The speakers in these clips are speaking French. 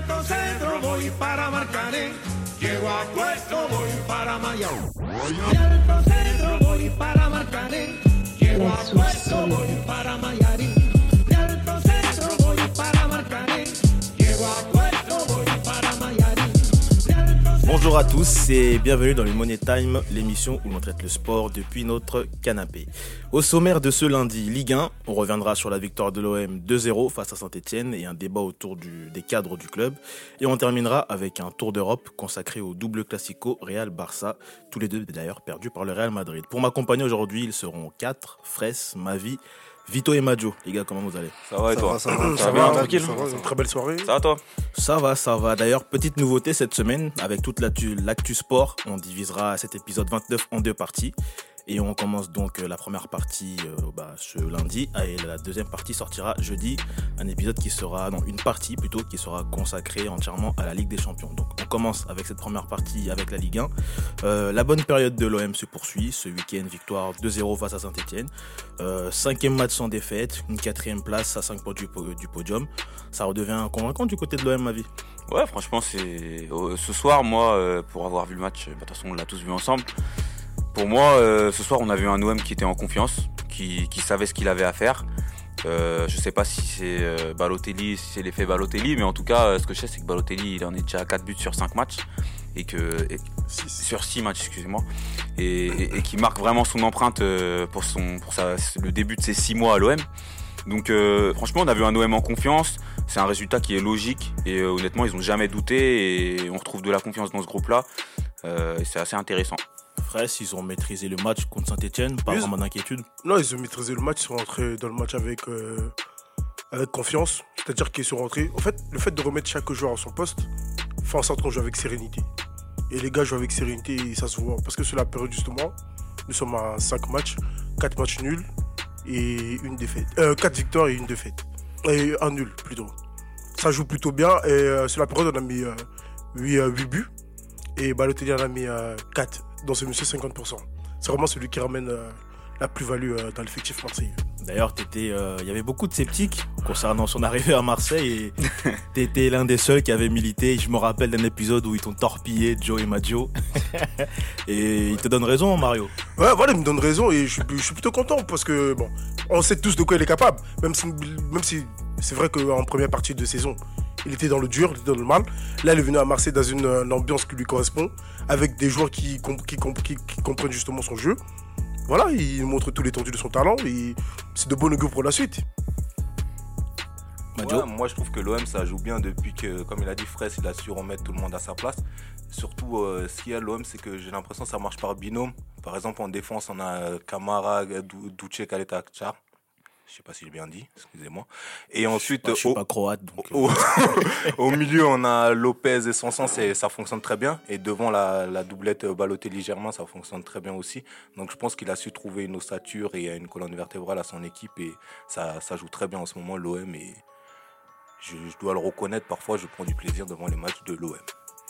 Alto Cedro voy para Marcané, llego a Puerto voy para Mayao. De Alto Cedro voy para Marcané, llego a Puerto voy para Mayarín. De Alto Cedro voy para Marcané, llego a Puerto voy para Mayarín. Bonjour à tous et bienvenue dans le Money Time, l'émission où l'on traite le sport depuis notre canapé. Au sommaire de ce lundi, Ligue 1, on reviendra sur la victoire de l'OM 2-0 face à Saint-Etienne et un débat autour des cadres du club. Et on terminera avec un tour d'Europe consacré au double classico Real-Barça, tous les deux d'ailleurs perdus par le Real Madrid. Pour m'accompagner aujourd'hui, ils seront 4, Fraisse, Mavi, Vito et Majo. Les gars, comment vous allez ? Ça va et toi ? Ça va, tranquille. Ça va, une très belle soirée. Ça va toi ? Ça va. D'ailleurs, petite nouveauté cette semaine, avec toute l'actu sport, on divisera cet épisode 29 en deux parties. Et on commence donc la première partie ce lundi et la deuxième partie sortira jeudi. Une partie qui sera consacrée entièrement à la Ligue des Champions. Donc on commence avec cette première partie avec la Ligue 1. La bonne période de l'OM se poursuit. Ce week-end, victoire 2-0 face à Saint-Etienne. 5e match sans défaite, une 4e place à 5 points du podium. Ça redevient convaincant du côté de l'OM, ma vie. Ouais, franchement, c'est ce soir, moi, pour avoir vu le match, de toute façon, on l'a tous vu ensemble. Pour moi, ce soir, on a vu un OM qui était en confiance, qui savait ce qu'il avait à faire. Je sais pas si c'est Balotelli, si c'est l'effet Balotelli, mais en tout cas, ce que je sais, c'est que Balotelli, il en est déjà à 4 buts sur 5 matchs. Sur 6 matchs, excusez-moi. Et qui marque vraiment son empreinte pour le début de ses 6 mois à l'OM. Donc franchement, on a vu un OM en confiance. C'est un résultat qui est logique. Et honnêtement, ils n'ont jamais douté. Et on retrouve de la confiance dans ce groupe-là. Et c'est assez intéressant. Fraisse, ils ont maîtrisé le match contre Saint-Etienne, pas vraiment d'inquiétude. Non, ils ont maîtrisé le match, ils sont rentrés dans le match avec confiance. C'est-à-dire qu'ils sont rentrés. En fait, le fait de remettre chaque joueur à son poste fait en sorte qu'on joue avec sérénité. Et les gars jouent avec sérénité et ça se voit. Parce que sur la période, justement, nous sommes à 5 matchs, 4 matchs nuls et une défaite. 4 victoires et une défaite. Et un nul, plutôt. Ça joue plutôt bien. Et sur la période, on a mis 8 buts. Et Balotelli en a mis 4. Donc c'est monsieur 50%. C'est vraiment celui qui ramène la plus-value dans l'effectif marseillais. D'ailleurs, il y avait beaucoup de sceptiques concernant son arrivée à Marseille et t'étais l'un des seuls qui avait milité. Je me rappelle d'un épisode où ils t'ont torpillé, Joe et Maggio. Et ils te donnent raison, Mario. Ouais, voilà, ils me donnent raison et je suis plutôt content parce que, bon, on sait tous de quoi il est capable. Même si c'est vrai qu'en première partie de saison, il était dans le dur, il était dans le mal. Là, il est venu à Marseille dans une ambiance qui lui correspond, avec des joueurs qui comprennent justement son jeu. Voilà, il montre tout l'étendue de son talent et c'est de bon augure pour la suite. Ouais, moi, je trouve que l'OM, ça joue bien depuis que, comme il a dit, Fraisse, il a su remettre tout le monde à sa place. Surtout, ce qu'il y a à l'OM, c'est que j'ai l'impression que ça marche par binôme. Par exemple, en défense, on a Camara, Duce, Caleta, Char. Je sais pas si j'ai bien dit, excusez-moi. Et ensuite, je suis pas croate, donc au milieu, on a Lopez et Sanson, ça fonctionne très bien. Et devant la doublette Balotelli-Germain, ça fonctionne très bien aussi. Donc je pense qu'il a su trouver une ossature et une colonne vertébrale à son équipe. Et ça joue très bien en ce moment, l'OM. Et je dois le reconnaître, parfois, je prends du plaisir devant les matchs de l'OM.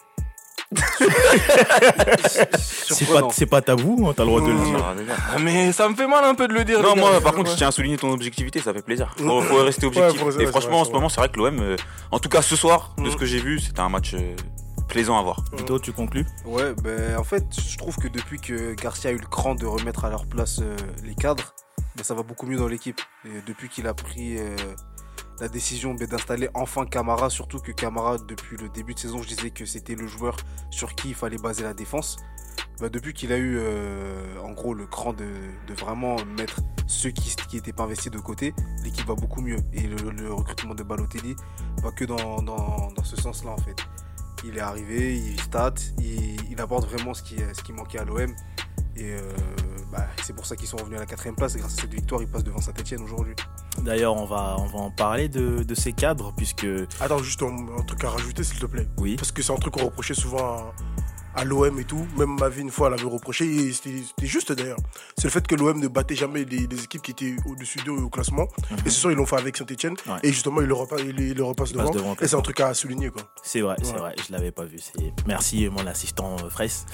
C'est pas tabou, hein, t'as le droit de le dire. Mais ça me fait mal un peu de le dire. Non, moi par contre, je tiens à souligner ton objectivité, ça fait plaisir. Faut rester objectif. Et franchement, en ce moment, c'est vrai que l'OM, en tout cas ce soir, de ce que j'ai vu, c'était un match plaisant à voir. Vito, tu conclus ? Ouais, en fait, je trouve que depuis que Garcia a eu le cran de remettre à leur place les cadres, ça va beaucoup mieux dans l'équipe. Et depuis qu'il a pris la décision d'installer enfin Camara, surtout que Camara, depuis le début de saison, je disais que c'était le joueur sur qui il fallait baser la défense. Depuis qu'il a eu en gros le cran de vraiment mettre ceux qui n'étaient pas investis de côté, l'équipe va beaucoup mieux. Et le recrutement de Balotelli va que dans ce sens-là en fait. Il est arrivé, il start, il apporte vraiment ce qui manquait à l'OM. Et c'est pour ça qu'ils sont revenus à la 4e place. Et grâce à cette victoire, ils passent devant Saint-Etienne aujourd'hui. D'ailleurs, on va en parler de ces cadres, puisque... Attends, juste un truc à rajouter, s'il te plaît. Oui. Parce que c'est un truc qu'on reprochait souvent à l'OM et tout. Même Mavi, une fois, elle avait reproché, et c'était juste d'ailleurs. C'est le fait que l'OM ne battait jamais les équipes qui étaient au-dessus d'eux au classement. Et ce soir, ils l'ont fait avec Saint-Etienne. Ouais. Et justement, ils le repassent devant. Et c'est un truc à souligner, quoi. C'est vrai, c'est vrai. Je l'avais pas vu. Merci, mon assistant Fraisse.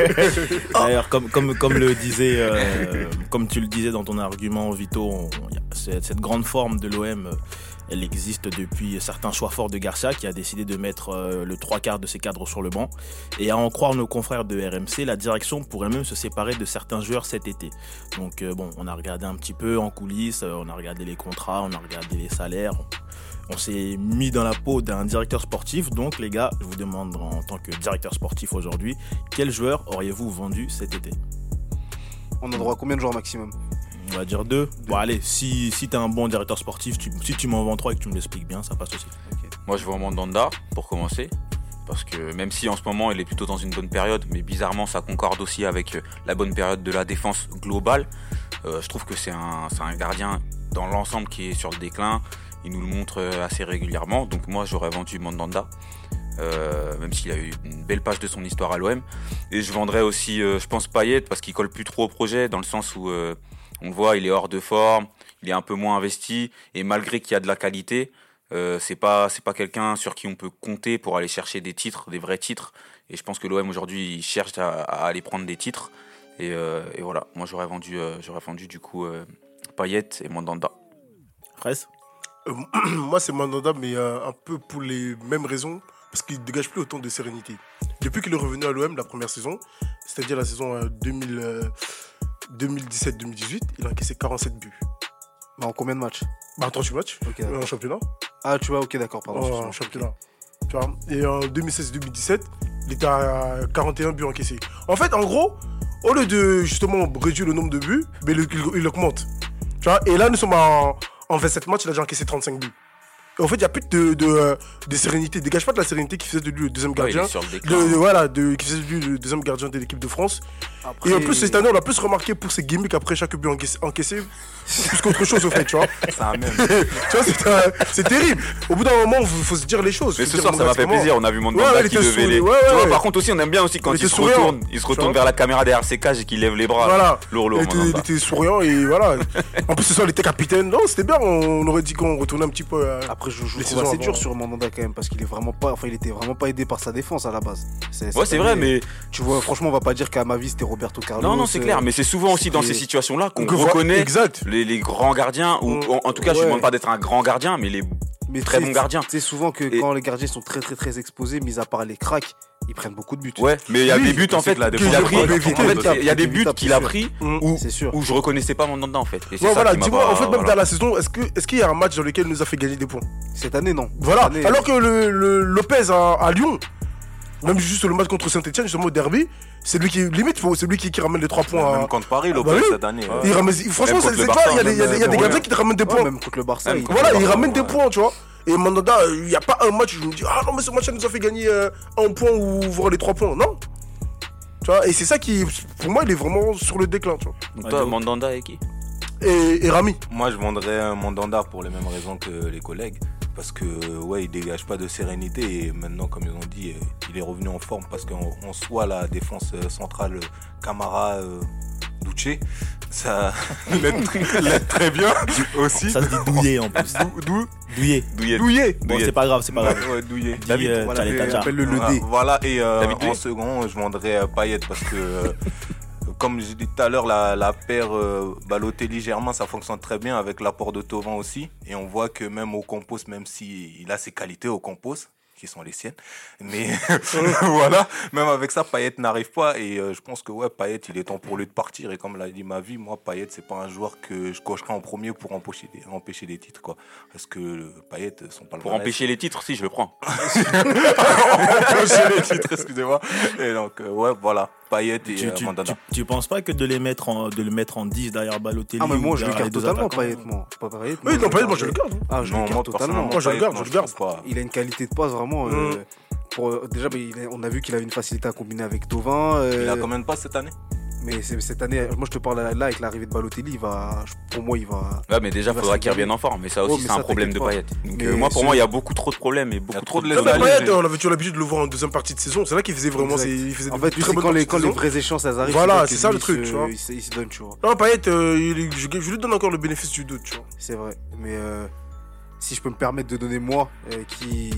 D'ailleurs, comme le disait, comme tu le disais dans ton argument, Vito, il cette grande forme de l'OM, elle existe depuis certains choix forts de Garcia qui a décidé de mettre le 3/4 de ses cadres sur le banc. Et à en croire nos confrères de RMC, la direction pourrait même se séparer de certains joueurs cet été. Donc on a regardé un petit peu en coulisses, on a regardé les contrats, on a regardé les salaires. On s'est mis dans la peau d'un directeur sportif. Donc les gars, je vous demande en tant que directeur sportif aujourd'hui, quels joueurs auriez-vous vendu cet été ? On a droit à combien de joueurs maximum ? On va dire 2. Bon allez, si t'es un bon directeur sportif, si tu m'en vends 3 et que tu me l'expliques bien, ça passe aussi. Okay. Moi je vends Mandanda pour commencer. Parce que même si en ce moment il est plutôt dans une bonne période, mais bizarrement ça concorde aussi avec la bonne période de la défense globale. Je trouve que c'est un gardien dans l'ensemble qui est sur le déclin. Il nous le montre assez régulièrement. Donc moi j'aurais vendu Mandanda. Même s'il a eu une belle page de son histoire à l'OM. Et je vendrais aussi, je pense, Payet parce qu'il colle plus trop au projet, dans le sens où on le voit, il est hors de forme, il est un peu moins investi, et malgré qu'il y a de la qualité, c'est pas quelqu'un sur qui on peut compter pour aller chercher des titres, des vrais titres. Et je pense que l'OM aujourd'hui il cherche à aller prendre des titres. Et voilà, moi j'aurais vendu du coup Payet et Mandanda. Fraisse ? Moi c'est Mandanda, mais un peu pour les mêmes raisons. Parce qu'il ne dégage plus autant de sérénité. Depuis qu'il est revenu à l'OM la première saison, c'est-à-dire la saison 2017-2018, il a encaissé 47 buts. Mais en combien de matchs ? 38 matchs, okay, en championnat. Ah, tu vois, ok, d'accord, pardon. En championnat. Tu vois. Et en 2016-2017, il était à 41 buts encaissés. En fait, en gros, au lieu de justement réduire le nombre de buts, mais il augmente. Tu vois. Et là, nous sommes en 27 matchs, il a déjà encaissé 35 buts. En fait, il n'y a plus de sérénité. Il dégage pas de la sérénité qui faisait de lui le deuxième gardien. Qui faisait de lui le deuxième gardien de l'équipe de France. Après... Et en plus, cette année, on l'a plus remarqué pour ses gimmicks après chaque but encaissé, plus qu'autre chose, au fait, tu vois. C'est un même. Tu vois, c'est terrible. Au bout d'un moment, il faut se dire les choses. Mais ce soir, ça m'a fait plaisir. On a vu Mandanda qui levait les. Tu vois, par contre, aussi, on aime bien aussi quand il se retourne vers la caméra derrière ses cages et qu'il lève les bras. Voilà. Lourd, il était souriant et voilà. En plus, ce soir, il était capitaine. Non, c'était bien. On aurait dit qu'on retournait un petit peu. Après, je trouve assez dur sur Mandanda quand même parce qu'il est vraiment pas. Enfin, il était vraiment pas aidé par sa défense à la base. C'est vrai, mais. Tu vois, franchement, on va pas dire qu'à ma vie, c'était Roberto Carlos. Non, c'est clair, mais c'est souvent aussi dans ces situations-là qu'on reconnaît les grands gardiens, ou en tout cas, je ne demande pas d'être un grand gardien, mais les très bons gardiens. C'est souvent que quand les gardiens sont très très très exposés, mis à part les cracks, ils prennent beaucoup de buts. Ouais, mais il y a des buts en fait qu'il a pris. Il y a des buts qu'il a pris où je reconnaissais pas Mandanda en fait. Voilà, dis-moi, en fait, même dans la saison, est-ce qu'il y a un match dans lequel il nous a fait gagner des points ? Cette année, non. Voilà, alors que le Lopez à Lyon. Même juste le match contre Saint-Etienne, justement au derby, c'est lui qui limite, c'est lui qui ramène les 3 points. Même contre Paris, Lopez cette année. Franchement, il y a des gardiens qui te ramènent des points. Même contre le Barça. Voilà, il ramène des points, tu vois. Et Mandanda, il n'y a pas un match où je me dis, ah non, mais ce match, ça nous a fait gagner un point ou voir les 3 points. Non. Tu vois, et c'est ça qui, pour moi, il est vraiment sur le déclin, tu vois. Donc toi, Mandanda et qui ? Et Rami. Moi, je vendrais Mandanda pour les mêmes raisons que les collègues. Parce que il dégage pas de sérénité et maintenant, comme ils ont dit, il est revenu en forme parce qu'en soi la défense centrale Camara, Duce, ça l'aide très bien aussi. Ça se dit douillet en plus. Douillet. Bon, c'est pas grave. Ouais, Douillet. David, appelle-le le D. Voilà, et en second, je vendrais Payet parce que comme j'ai dit tout à l'heure, la paire Balotelli-Germain, ça fonctionne très bien avec l'apport de Thauvin aussi. Et on voit que même au Campos, même s'il a ses qualités au Campos, qui sont les siennes, mais voilà, même avec ça, Payet n'arrive pas. Et je pense que Payet, il est temps pour lui de partir. Et comme l'a dit Mavi, moi, Payet, c'est pas un joueur que je cocherai en premier pour empêcher des titres, quoi. Parce que Payet, son palmarès... Pour empêcher les titres, si, je le prends. Empêcher les titres, excusez-moi. Et donc, voilà. Payet et Mandanda. Tu penses pas que de le mettre en 10 derrière Balotelli? Ah, mais moi je le garde totalement, Payet. Pas Payet. Oui, non, Payet, moi je le garde. Ah, je le garde totalement. Moi je le garde. Il a une qualité de passe vraiment. Déjà, on a vu qu'il avait une facilité à combiner avec Thauvin. Il a combien de passes cette année? Mais cette année, moi je te parle là avec l'arrivée de Balotelli, pour moi il va. Ouais, mais déjà il faudra qu'il revienne en forme. Mais ça aussi c'est un problème de Payet. Donc pour moi il y a beaucoup trop de problèmes et beaucoup trop de laisses. Payet, on avait toujours l'habitude de le voir en deuxième partie de saison. C'est là qu'il faisait vraiment. En fait, quand les vraies échéances elles arrivent. Voilà, c'est ça le truc, tu vois. Il se donne, tu vois. Non, Payet, je lui donne encore le bénéfice du doute, tu vois. C'est vrai, mais si je peux me permettre de donner moi qui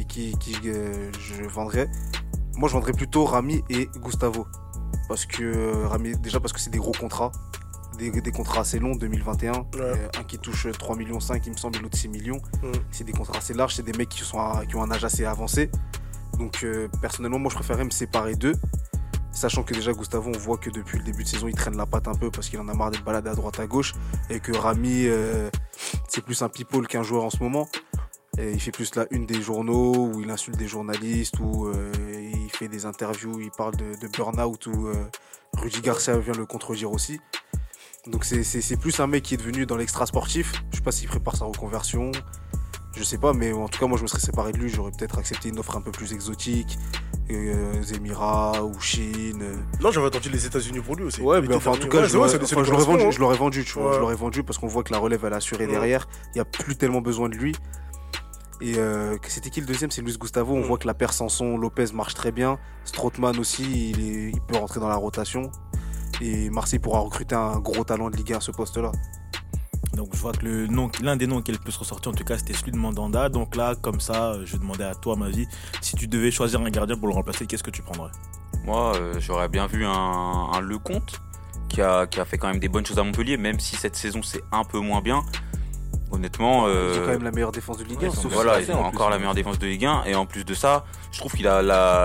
je vendrais, moi je vendrais plutôt Rami et Gustavo. Parce que Rami, déjà parce que c'est des gros contrats. des contrats assez longs, 2021. Un qui touche 3,5 millions, il me semble, et l'autre 6 millions. C'est des contrats assez larges, c'est des mecs qui ont un âge assez avancé. Donc personnellement, moi je préférerais me séparer d'eux. Sachant que déjà Gustavo, on voit que depuis le début de saison, il traîne la patte un peu parce qu'il en a marre d'être baladé à droite à gauche. Et que Rami, c'est plus un people qu'un joueur en ce moment. Et il fait plus la une des journaux, où il insulte des journalistes, où il fait des interviews, il parle de burn-out, où Rudy Garcia vient le contredire aussi. Donc c'est plus un mec qui est devenu dans l'extra sportif. Je sais pas s'il prépare sa reconversion. Je sais pas, mais en tout cas, moi je me serais séparé de lui. J'aurais peut-être accepté une offre un peu plus exotique. Émirats ou Chine. Non, j'avais attendu les États-Unis pour lui aussi. Ouais, mais enfin, en tout cas, je l'aurais vendu, tu vois. Ouais. Je l'aurais vendu parce qu'on voit que la relève, elle est assurée derrière. Il n'y a plus tellement besoin de lui. Et c'était qui le deuxième? C'est Luis Gustavo. On voit que la paire Sanson, Lopez marche très bien. Strootman aussi, il peut rentrer dans la rotation. Et Marseille pourra recruter un gros talent de Ligue 1 à ce poste-là. Donc je vois que l'un des noms qui est le plus ressorti en tout cas c'était celui de Mandanda. Donc là comme ça je demandais à toi ma vie, si tu devais choisir un gardien pour le remplacer, qu'est-ce que tu prendrais? Moi j'aurais bien vu un Lecomte qui a fait quand même des bonnes choses à Montpellier, même si cette saison c'est un peu moins bien. Honnêtement, ils ont quand même la meilleure défense de Ligue 1. Voilà, ils ont encore la meilleure défense de Ligue 1. Et en plus de ça, je trouve qu'il a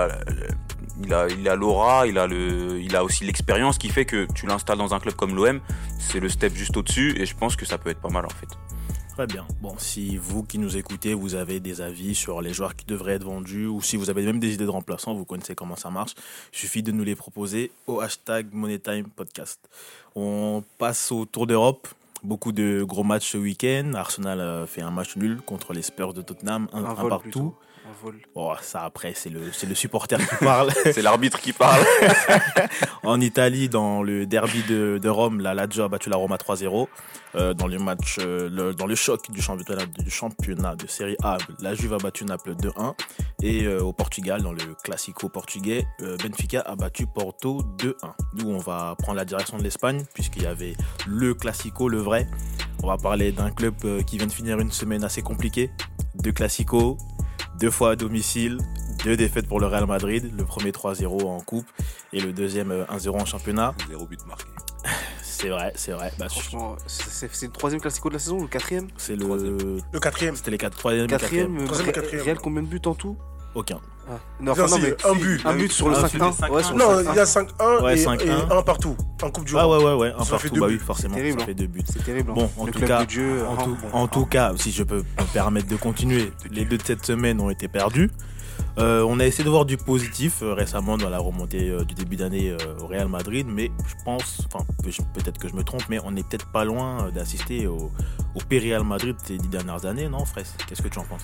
il a l'aura, il a aussi l'expérience qui fait que tu l'installes dans un club comme l'OM, c'est le step juste au-dessus et je pense que ça peut être pas mal en fait. Très bien. Bon, si vous qui nous écoutez, vous avez des avis sur les joueurs qui devraient être vendus ou si vous avez même des idées de remplaçants, vous connaissez comment ça marche, il suffit de nous les proposer au hashtag MoneyTime Podcast. On passe au Tour d'Europe. Beaucoup de gros matchs ce week-end. Arsenal fait un match nul contre les Spurs de Tottenham, un partout. Plutôt. Oh, ça après c'est le supporter qui parle. C'est l'arbitre qui parle. En Italie, dans le derby de Rome, la Lazio a battu la Roma 3-0. Dans le match, dans le choc du championnat de Serie A, la Juve a battu Naples 2-1. Et au Portugal, dans le Classico portugais, Benfica a battu Porto 2-1. Nous, on va prendre la direction de l'Espagne, puisqu'il y avait le Classico, le vrai. On va parler d'un club qui vient de finir une semaine assez compliquée. 2 Classicos, 2 fois à domicile, 2 défaites pour le Real Madrid. Le premier 3-0 en coupe et le deuxième 1-0 en championnat. 0 but marqué. C'est vrai. Bah, franchement, c'est le troisième Classico de la saison ou le quatrième? C'est le quatrième. C'était les 4e. Quatrième. Quatrième. Real, combien de buts en tout? Aucun. Non, mais un but. Un but sur le 5-1. Ouais, Non, il y a 5-1 Ouais, et 5-1. un partout. En Coupe du Ah Monde. ouais, un Ça partout. fait 2 Bah oui, buts. forcément, C'est terrible, ça fait 2 buts. C'est terrible. Bon, en le tout club cas, de Dieu. en tout cas, si je peux me permettre de continuer, les 2 de cette semaine ont été perdus. On a essayé de voir du positif récemment dans la remontée du début d'année au Real Madrid, mais je pense, peut-être que je me trompe, mais on n'est peut-être pas loin d'assister au Real Madrid ces 10 dernières années, non, Fraisse? Qu'est-ce que tu en penses?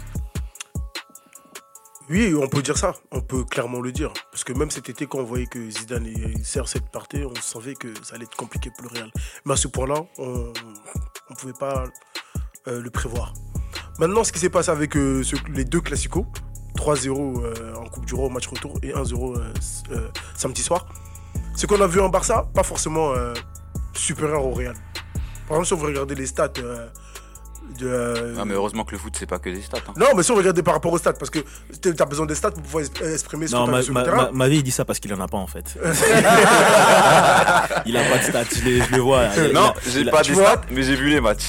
Oui, on peut dire ça. On peut clairement le dire. Parce que même cet été, quand on voyait que Zidane sert cette partie, on savait que ça allait être compliqué pour le Real. Mais à ce point-là, on ne pouvait pas le prévoir. Maintenant, ce qui s'est passé avec les 2 Classicos, 3-0 en Coupe du Roi au match retour et 1-0 samedi soir, c'est qu'on a vu un Barça pas forcément supérieur au Real. Par exemple, si on veut regarder les stats mais heureusement que le foot c'est pas que des stats. Non, mais si on regarde par rapport aux stats, parce que t'as besoin des stats pour pouvoir exprimer ce que t'as vu sur le terrain. Ma vie il dit ça parce qu'il en a pas en fait. Il a pas de stats, je le vois. Non, j'ai pas des stats, mais j'ai vu les matchs.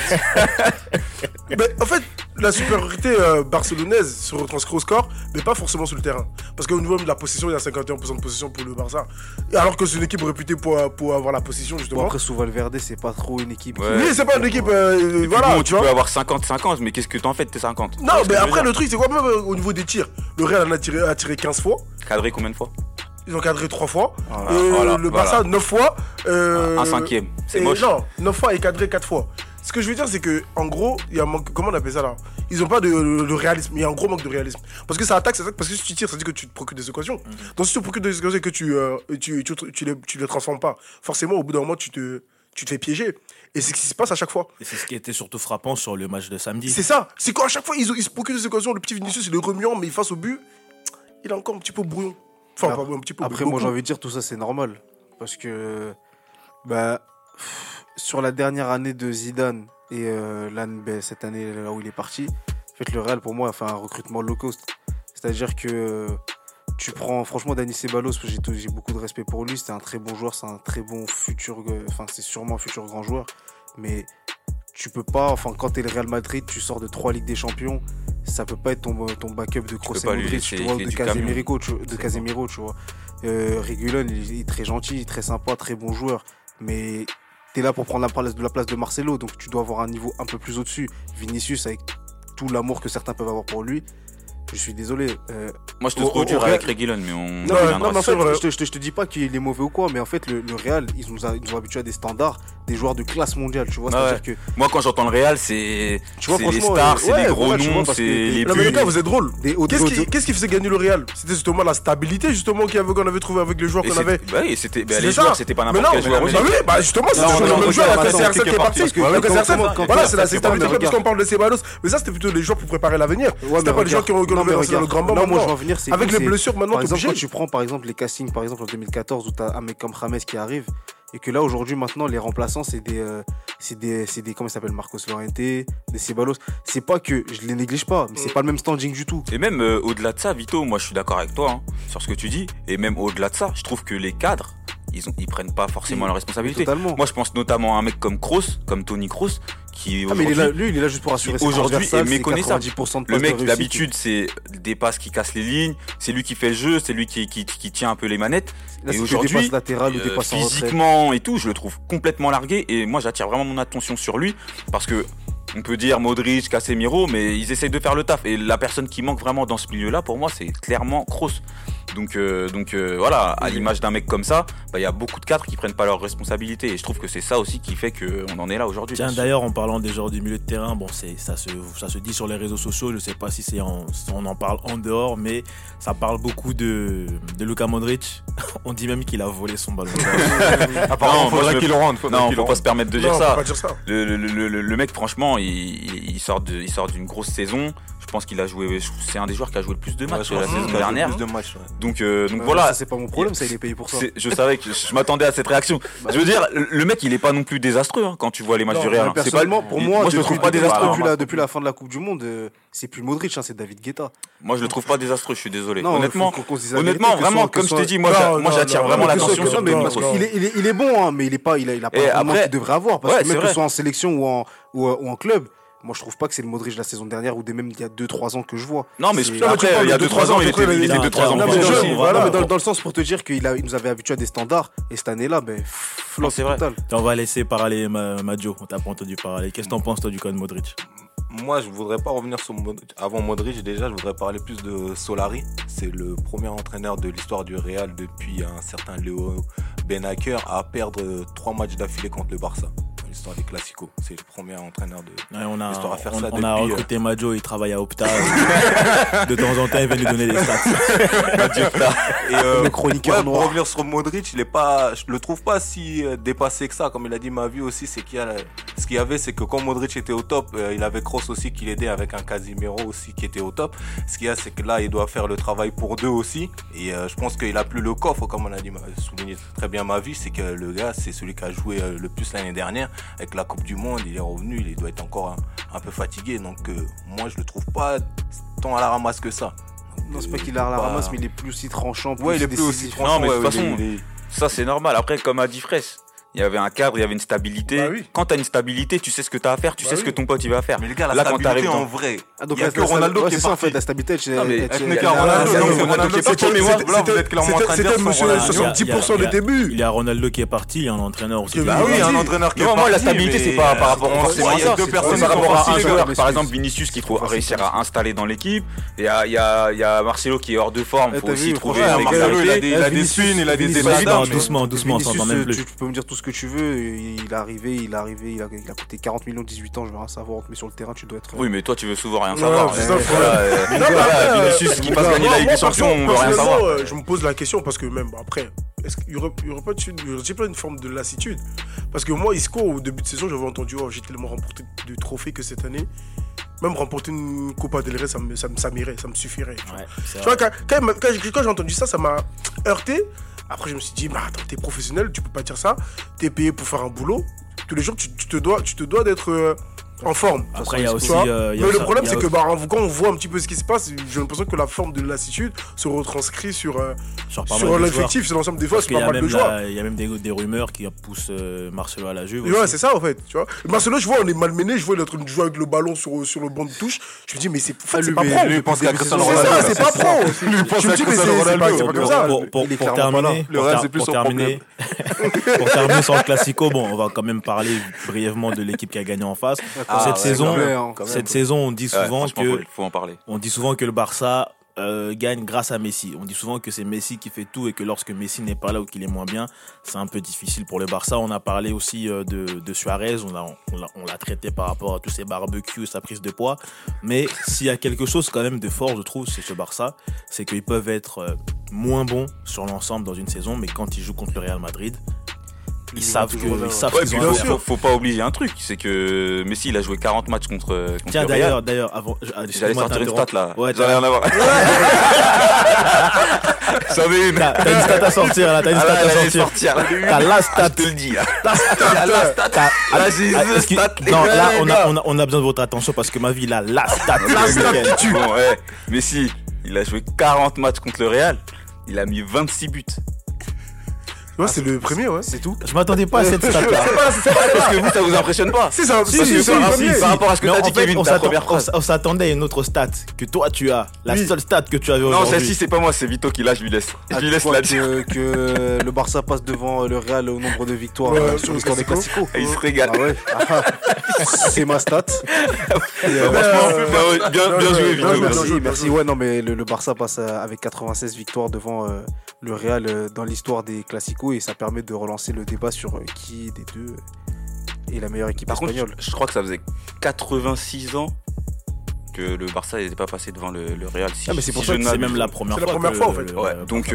Mais en fait, la supériorité barcelonaise se retranscrit au score, mais pas forcément sur le terrain. Parce qu'au niveau de la possession, il y a 51% de possession pour le Barça. Et alors que c'est une équipe réputée pour avoir la possession, justement. Bon, après, sous Valverde, c'est pas trop une équipe. Ouais. Oui, c'est pas une équipe. Voilà, Bon, tu peux avoir 50-50, mais qu'est-ce que t'en fais de tes 50? Non, mais après, le truc, c'est quoi? Même au niveau des tirs, le Real en a tiré 15 fois. Cadré combien de fois? Ils ont cadré 3 fois. Voilà, le Barça, 9 fois. Un 5e. C'est moche. Non, 9 fois et cadré 4 fois. Ce que je veux dire, c'est que en gros, il y a un manque. Comment on appelle ça là? Ils ont pas de réalisme. Il y a un gros manque de réalisme. Parce que ça attaque, parce que si tu tires, ça dit que tu te procures des occasions. Donc si tu te procures des occasions et que tu les transformes pas, forcément, au bout d'un moment, tu te fais piéger. Et c'est ce qui se passe à chaque fois. Et c'est ce qui était surtout frappant sur le match de samedi. C'est ça. C'est qu'à chaque fois, ils se procurent des occasions. Le petit Vinicius, il est remuant, mais face au but, il est encore un petit peu brouillon. Enfin, pas un petit peu. Après, moi, j'ai envie de dire, tout ça, c'est normal. Parce que, sur la dernière année de Zidane et cette année là où il est parti, en fait, le Real, pour moi, a fait un recrutement low cost. C'est-à-dire que tu prends, franchement, Dani Ceballos, j'ai beaucoup de respect pour lui. C'est un très bon joueur, c'est un très bon futur. Enfin, c'est sûrement un futur grand joueur. Mais tu peux pas, enfin, quand t'es le Real Madrid, tu sors de 3 Ligues des Champions. Ça peut pas être ton backup de Kroos et Modric, tu vois, de Casemiro, tu vois. Reguilón, il est très gentil, très sympa, très bon joueur. Mais t'es là pour prendre la place de Marcelo, donc tu dois avoir un niveau un peu plus au-dessus. Vinicius, avec tout l'amour que certains peuvent avoir pour lui, je suis désolé. Moi, je te trouve dur avec Reguilón, mais on. Non, mais en fait, je te dis pas qu'il est mauvais ou quoi, mais en fait, le Real, ils nous ont habitués à des standards, des joueurs de classe mondiale, tu vois. C'est-à-dire que. Moi, quand j'entends le Real, c'est les stars, c'est les gros noms, c'est les plus. Non, mais les gars, vous êtes drôles. Qu'est-ce qui faisait gagner le Real? C'était justement la stabilité, justement, qu'on avait trouvé avec les joueurs qu'on avait. Bah oui, les joueurs, c'était pas n'importe quel joueur. Bah oui, bah justement, c'est le même joueur avec CR7 qui est parti. Voilà, c'est la stabilité, parce qu'on parle de Ceballos. Mais ça, c'était plutôt les joueurs pour préparer l'avenir. C'était pas les gens qui ont dans le grand banc. Non, moi je vais en venir, c'est avec les blessures maintenant. Par exemple, quand tu prends par exemple les castings, par exemple en 2014 où t'as un mec comme James qui arrive et que là aujourd'hui maintenant les remplaçants c'est des comment il s'appelle, Marcos Llorente, des Ceballos. C'est pas que je les néglige pas, mais c'est pas le même standing du tout. Et même au-delà de ça, Vito, moi je suis d'accord avec toi sur ce que tu dis. Et même au-delà de ça, je trouve que les cadres, ils prennent pas forcément leurs responsabilités. Totalement. Moi je pense notamment à un mec comme Kroos, comme Toni Kroos, qui mais il est là juste pour assurer aujourd'hui est méconnaissable. Le mec d'habitude c'est des passes qui cassent les lignes, c'est lui qui fait le jeu, c'est lui qui tient un peu les manettes. Là, et aujourd'hui physiquement et tout, je le trouve complètement largué et moi j'attire vraiment mon attention sur lui parce que on peut dire Modric, Casemiro, mais ils essayent de faire le taf. Et la personne qui manque vraiment dans ce milieu-là, pour moi, c'est clairement Kroos. Donc voilà, à l'image d'un mec comme ça, il y a beaucoup de cadres qui prennent pas leurs responsabilités. Et je trouve que c'est ça aussi qui fait qu'on en est là aujourd'hui. Tiens, d'ailleurs, en parlant des joueurs du milieu de terrain, bon, ça se dit sur les réseaux sociaux. Je sais pas si on en parle en dehors, mais ça parle beaucoup de Luka Modric. On dit même qu'il a volé son ballon. Apparemment, faudrait qu'il le rende. Non, faut pas se permettre de dire ça. Pas dire ça. Le mec, franchement, il sort d'une grosse saison. Je pense qu'il a joué, c'est un des joueurs qui a joué le plus de matchs la saison dernière. Donc voilà. Ça, c'est pas mon problème, ça, il est payé pour ça. Je savais que je m'attendais à cette réaction. Je veux dire, le mec, il est pas non plus désastreux quand tu vois les matchs du Real. Personnellement, pour moi, je le trouve pas désastreux depuis la fin de la Coupe du Monde. C'est plus Modric, c'est David Guetta. Moi, je le trouve pas désastreux, je suis désolé. Non, honnêtement, vraiment, comme je t'ai dit, moi j'attire vraiment l'attention sur Toni Kroos. Il est bon, mais il a pas le rendement qu'il devrait avoir. Parce que même que ce soit en sélection ou en club, moi je trouve pas que c'est le Modric de la saison dernière ou même il y a 2-3 ans que je vois. Non mais après il y a 2-3 ans il était 2-3 ans plus jeune. Voilà, mais dans le sens pour te dire qu'il nous avait habitué à des standards et cette année-là flop total. On va laisser parler Majo, on t'a pas entendu parler. Qu'est-ce que t'en penses toi du cas de Modric? Moi, je voudrais pas revenir sur avant Modric. Déjà, je voudrais parler plus de Solari. C'est le premier entraîneur de l'histoire du Real depuis un certain Léo Benaker à perdre 3 matchs d'affilée contre le Barça. L'histoire des Clasico. C'est le premier entraîneur de l'histoire à faire ça. On a recruté Majo, il travaille à Opta. De temps en temps, il va nous donner des stats. Et le chroniqueur noir. Pour revenir sur Modric, je le trouve pas si dépassé que ça. Comme il a dit, ma vie aussi, c'est ce qu'il y avait, c'est que quand Modric était au top, il avait Kroos aussi qui l'aidait avec un Casemiro aussi qui était au top. Ce qu'il y a, c'est que là, il doit faire le travail pour deux aussi. Et je pense qu'il a plus le coffre, comme on a dit, souligné très bien ma vie, c'est que le gars, c'est celui qui a joué le plus l'année dernière. Avec la Coupe du Monde, il est revenu, il doit être encore un peu fatigué. Donc moi, je le trouve pas tant à la ramasse que ça. Donc, non, c'est pas qu'il est à la ramasse, mais il est plus aussi tranchant. Il est plus aussi tranchant. Non, mais de toute façon, ça c'est normal. Après, comme a dit Fraisse, il y avait un cadre, il y avait une stabilité. Bah oui. Quand t'as une stabilité, tu sais ce que t'as à faire, tu sais ce que ton pote il va faire. Mais les gars, la stabilité en vrai. Donc il y a que Ronaldo qui est parti. En fait, la stabilité, Ronaldo qui est parti. Mais moi, vous êtes clairement en train de dire c'était monsieur 70% des débuts. Il y a Ronaldo qui est parti, il y a un entraîneur aussi. Bah oui, un entraîneur qui est parti. Moi, la stabilité, c'est pas par rapport forcément à ça. Deux personnes par rapport à un joueur, par exemple Vinicius, qu'il faut réussir à installer dans l'équipe. Il y a Marcelo qui est hors de forme, il faut aussi trouver la régularité. Il a des spins, il a des états. Doucement, on s'entend même plus. Tu peux me dire tout ce que tu veux. Il est arrivé, il a coûté 40 millions, 18 ans, je veux rien savoir. Mais sur le terrain, tu dois être. Oui, mais toi, tu veux souvent rien savoir. C'est ça le problème. Vinicius qui passe gagner la Ligue des Champions, on veut rien savoir. Je me pose la question parce que même après, est-ce qu'il y aurait pas une forme de lassitude? Parce que moi, Isco, au début de saison, j'avais entendu, j'ai tellement remporté de trophées que cette année, même remporter une Copa del Rey, ça m'irait, ça me suffirait. Tu vois, quand j'ai entendu ça, ça m'a heurté. Après, je me suis dit, attends, t'es professionnel, tu peux pas dire ça. T'es payé pour faire un boulot. Tous les jours, tu te dois d'être en forme. Après, il y a aussi. Tu vois. il y a Mais le ça- problème, il y a c'est que quand on voit un petit peu ce qui se passe, j'ai l'impression que la forme de lassitude se retranscrit sur sur pas mal de joueurs. l'effectif, sur l'ensemble des fois, Parce c'est qu'il y pas a mal de même joueurs. il y a même des rumeurs qui poussent Marcelo à la Juve. Ouais, aussi. c'est ça en fait, tu vois. Marcelo, je vois, on est malmené, je vois il est en train de jouer avec le ballon sur le banc de touche. Je me dis, mais c'est pas pro. Lui, il pense qu'à Cristiano C'est Ronaldo. ça, c'est pas pro. Lui, il pense Je me à dis, mais Cristiano c'est pas Ronaldo. comme ça. Il est Pour clairement pas là. terminer, Le Real, c'est plus pour son terminer, pour terminer sur le Classico, bon, on va quand même parler brièvement de l'équipe qui a gagné en face. Ah, Cette ouais, saison, on dit souvent franchement, faut en parler. que le Barça gagne grâce à Messi. On dit souvent que c'est Messi qui fait tout et que lorsque Messi n'est pas là ou qu'il est moins bien, c'est un peu difficile pour le Barça. On a parlé aussi de Suarez, on l'a traité par rapport à tous ses barbecues et sa prise de poids. Mais s'il y a quelque chose quand même de fort, je trouve, c'est ce Barça, c'est qu'ils peuvent être moins bons sur l'ensemble dans une saison, mais quand ils jouent contre le Real Madrid, ils savent qu'ils Ouais, ont puis un affaire. faut pas oublier un truc, c'est que Messi il a joué 40 matchs contre Tiens, le Real. d'ailleurs, avant, J'allais sortir une stat là. Ouais, J'en ai rien à voir. J'en ai une. T'as une stat à sortir là, t'as une Ah stat là, à elle allait sortir. sortir. T'as la stat. Je te le dis là. La stat. Là, j'ai the stat. Non, là, on a besoin de votre attention parce que ma vie, là, la stat. Bon, ouais. Messi, il a joué 40 matchs contre le Real. Il a mis 26 buts. Ouais, c'est le premier, ouais. C'est tout. Je m'attendais pas à cette stat là. Parce que vous, ça vous impressionne pas. Si, ça, Si, Parce que si, par- si, si. par rapport à ce que Mais t'as en dit, fait, Kevin, ta première phrase. on s'attendait à une autre stat que toi tu as. La Oui. seule stat que tu avais Non, aujourd'hui. celle-ci, c'est pas moi, c'est Vito qui l'a, je lui laisse. Je lui laisse la dire. que le Barça passe devant le Real au nombre de victoires Ouais, sur sur l'histoire le des Clasico. Et il se régale. Ah ouais. C'est ma stat. Franchement, bien joué, Vito. bien merci. joué. Merci. Ouais, non, mais le Barça passe avec 96 victoires devant le Real dans l'histoire des Clasico et ça permet de relancer le débat sur qui des deux est la meilleure équipe Par contre, espagnole. je crois que ça faisait 86 ans que le Barça n'était pas passé devant le Real. Si, Ah, mais c'est pour si ça je que ne C'est m'abuse. même la première C'est la fois. première fois, en fait. Ouais, donc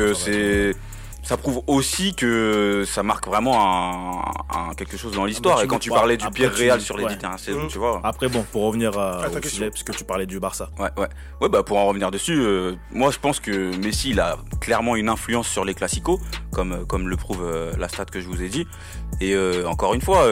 ça prouve aussi que ça marque vraiment quelque chose dans l'histoire. tu Et quand veux tu pas- parlais du après, pire Real tu- sur les ouais. 10 dernières saisons, tu vois. Après, bon, pour revenir ta au question. sujet, puisque tu parlais du Barça. Ouais, bah pour en revenir dessus, moi je pense que Messi il a clairement une influence sur les classicos, comme le prouve la stat que je vous ai dit. Et encore une fois,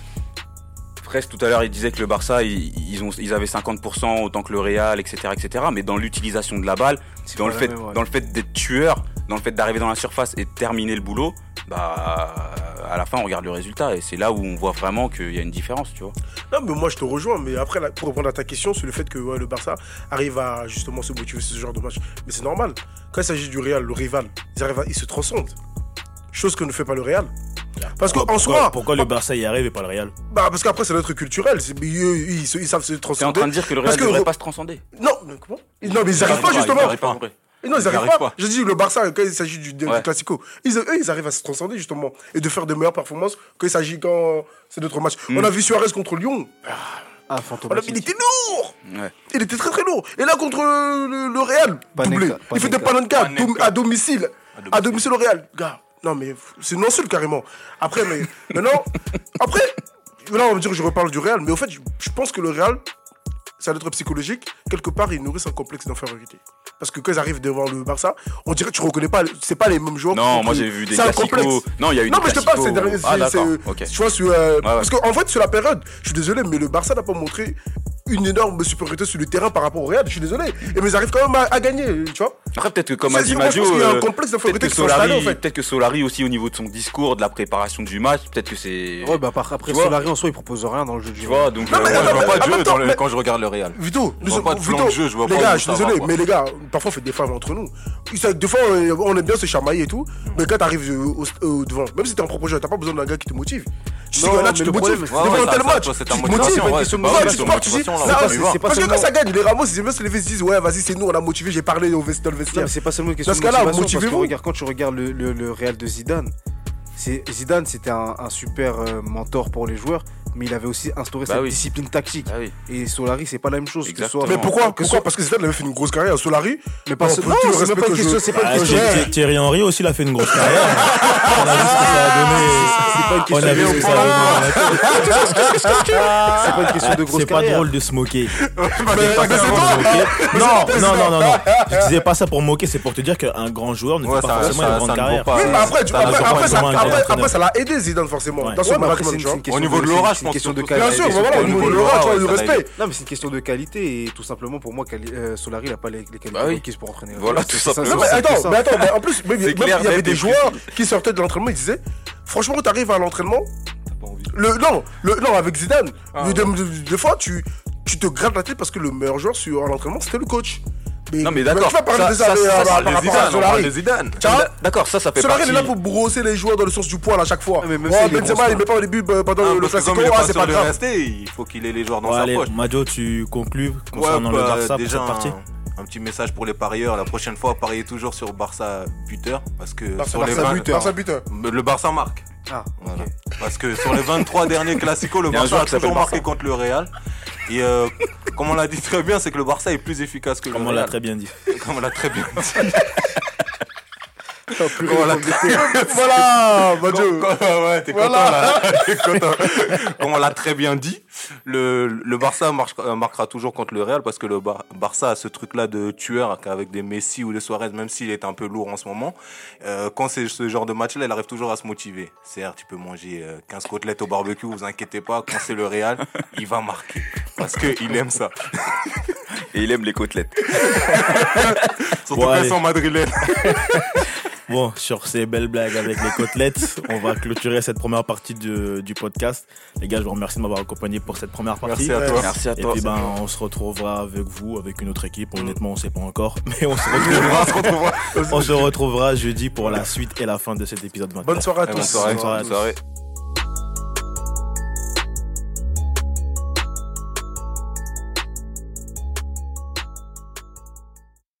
Fraisse tout à l'heure il disait que le Barça ils avaient 50% autant que le Real, etc., etc. Mais dans l'utilisation de la balle, C'est dans pas le la fait, même, ouais. dans le fait d'être tueur, dans le fait d'arriver dans la surface et de terminer le boulot, bah à la fin on regarde le résultat et c'est là où on voit vraiment qu'il y a une différence, tu vois. Non, mais moi je te rejoins, mais après, pour répondre à ta question sur le fait que le Barça arrive à justement se motiver sur ce genre de match, mais c'est normal. Quand il s'agit du Real, le rival, ils se transcendent. Chose que ne fait pas le Real. Parce qu'en soi. Pourquoi le Barça y arrive et pas le Real? Bah, parce qu'après, c'est notre culturel. Ils savent se T'es en transcender. train de dire que le Real Parce ne que- devrait pas se transcender. Non, mais comment Non, mais ils arrivent pas, justement. Ils arrivent pas. Et non, ils Ils arrivent arrivent pas. pas. Je dis le Barça, quand il s'agit du Ouais. Classico, eux, ils arrivent à se transcender, justement. Et de faire de meilleures performances quand c'est d'autres matchs. On a vu Suarez contre Lyon. Ah, On a vu, il fantomatique. était lourd. Ouais. Il était très très lourd. Et là, contre le Real, Panenka, doublé. Il fait des Panenka. panenka à domicile. À domicile au Real. Gars, non, mais c'est non seul carrément. Après, mais maintenant, après, là, on va me dire que je reparle du Real. Mais au fait, je pense que le Real, c'est à notre psychologique. Quelque part, ils nourrissent un complexe d'infériorité. Parce que quand ils arrivent devant le Barça, on dirait que tu reconnais pas, c'est pas les mêmes joueurs. Non, que- moi j'ai vu des c'est un classicos. complexe. Non, il y a eu Non, des mais je te parle, classicos. Ah d'accord, ok. tu vois, parce qu'en fait, sur la période, je suis désolé, mais le Barça n'a pas montré une énorme supériorité sur le terrain par rapport au Real, je suis désolé. Et mais ils arrivent quand même à gagner, tu vois. Après peut-être que comme a C'est- dit moi, je Madio, pense qu'il y a un complexe peut-être d'infériorité que qui s'est installé, en Solari, fait. peut-être que Solari aussi au niveau de son discours, de la préparation du match, peut-être que c'est. Ouais, bah après Tu vois Solari en soi, il propose rien dans le jeu du Tu vois, donc Non, mais Moi, je attends, vois pas mais de en même jeu temps, mais- quand je regarde le Real. Vito, Je vois pas de plan de jeu, je vois les pas gars, où je suis ça va, désolé, quoi. mais les gars, parfois on fait des femmes entre nous. Des fois, on aime bien se chamailler et tout, mais quand t'arrives au devant, même si t'es en propre jeu, t'as pas besoin d'un gars qui te motive. Tu sais Non, que là, mais tu te le problème, motives. ouais, Devant ouais, un tel ça, match, toi, c'est tu ta te motivation, motives. ouais, Tu c'est te pas motives, vrai, tu ton supportes, tu dis, motivation, là, non, on va c'est- voir. c'est pas parce que seulement- quand ça gagne, les Ramos, ils aiment bien se lever, ils se disent, ouais, vas-y, c'est nous, on a motivé, j'ai parlé dans le Non, vestiaire. mais c'est pas seulement une question Dans de ce cas-là, motivation, parce que motivez-vous. quand tu regardes le Real de Zidane, Zidane c'était un super mentor pour les joueurs, mais il avait aussi instauré Bah cette oui. discipline tactique. Ah oui. Et Solari, c'est pas la même chose. Exactement. Mais pourquoi que Pourquoi Parce que Zidane avait fait une grosse carrière à Solari. Mais pas Non, ce- pour non, tout le c'est même respect pas une que je- question, c'est pas Ah, une question. Thierry Henry aussi, il a fait une grosse carrière. On a vu ce que ça a donné. C'est pas une On question a vu ce que ça a donné. C'est pas une question de grosse C'est pas carrière. drôle de se moquer. Mais c'est toi. Non. Je disais pas ça pour moquer, c'est pour te dire qu'un grand joueur ne Ouais, fait pas ça- forcément ça- une ça grande ne vaut carrière. pas. Oui, mais après, Ça n'a pas forcément un grand entraîneur. ça l'a aidé Zidane forcément Ouais. dans son Ouais, mais après, management, tu vois. Au niveau de l'aura, je une question de que- qualité. Bien sûr, c'est voilà, au au niveau niveau de de l'aura, tu vois, ouais, du ça l'a respect. Non, mais c'est une question de qualité et tout simplement pour moi, Solari il n'a pas les qualités Bah oui. requises pour entraîner. Voilà, C'est tout ça, simplement. Non, mais c'est attends, ça. mais en plus, même, C'est même clair, il y avait net des et joueurs qui sortaient de l'entraînement, ils disaient franchement, tu arrives à l'entraînement, non, avec Zidane, des fois, tu te grattes la tête parce que le meilleur joueur à l'entraînement, c'était le coach. Non, mais d'accord. Tu vas parler des années on par parle de rapport à Zidane, on parle Solari. de Zidane. Tiens, D'accord, ça fait Solari, partie. il est là pour brosser les joueurs dans le sens du poil à chaque fois. Ouais, mais même Ouais, s'il est Benzema, gros, il met pas au début pendant le Parce que classico, comme il est ah, pas c'est sûr pas de grave. rester, il faut qu'il ait les joueurs dans Bon, sa allez, poche. Majo, tu conclus concernant Ouais, le bah, Barça pour déjà cette partie. un petit message pour les parieurs. La prochaine fois, pariez toujours sur Barça buteur. Parce que sur les 20, Barça buteur. le Barça marque. Ah, Voilà. Parce que sur les 23 derniers classicos, le Il y a un Barça joueur a qui s'appelle toujours marqué Barça. contre le Real. Et comme on l'a dit très bien, c'est que le Barça est plus efficace que le Comme on Real. l'a très bien dit. Comme on l'a très bien dit. Voilà, Majo. Ouais, t'es content là. T'es content. Comme on l'a très bien dit, le Barça marquera toujours contre le Real parce que le Barça a ce truc-là de tueur avec des Messi ou des Suarez, même s'il est un peu lourd en ce moment. Quand c'est ce genre de match-là, il arrive toujours à se motiver. C'est-à-dire, tu peux manger 15 côtelettes au barbecue, vous inquiétez pas. Quand c'est le Real, il va marquer parce qu'il aime ça. Et il aime les côtelettes. Surtout Bon, quand allez. ils sont madrilènes. Bon, sur ces belles blagues avec les côtelettes, on va clôturer cette première partie du podcast. Les gars, je vous remercie de m'avoir accompagné pour cette première partie. Merci à toi. Merci à Et toi. puis on se retrouvera avec vous, avec une autre équipe. Honnêtement, on sait pas encore, mais on se retrouvera jeudi pour la suite et la fin de cet épisode 29. Bonne soirée à Bonne tous. soirée. Bonne soirée à Bonne tous. soirée.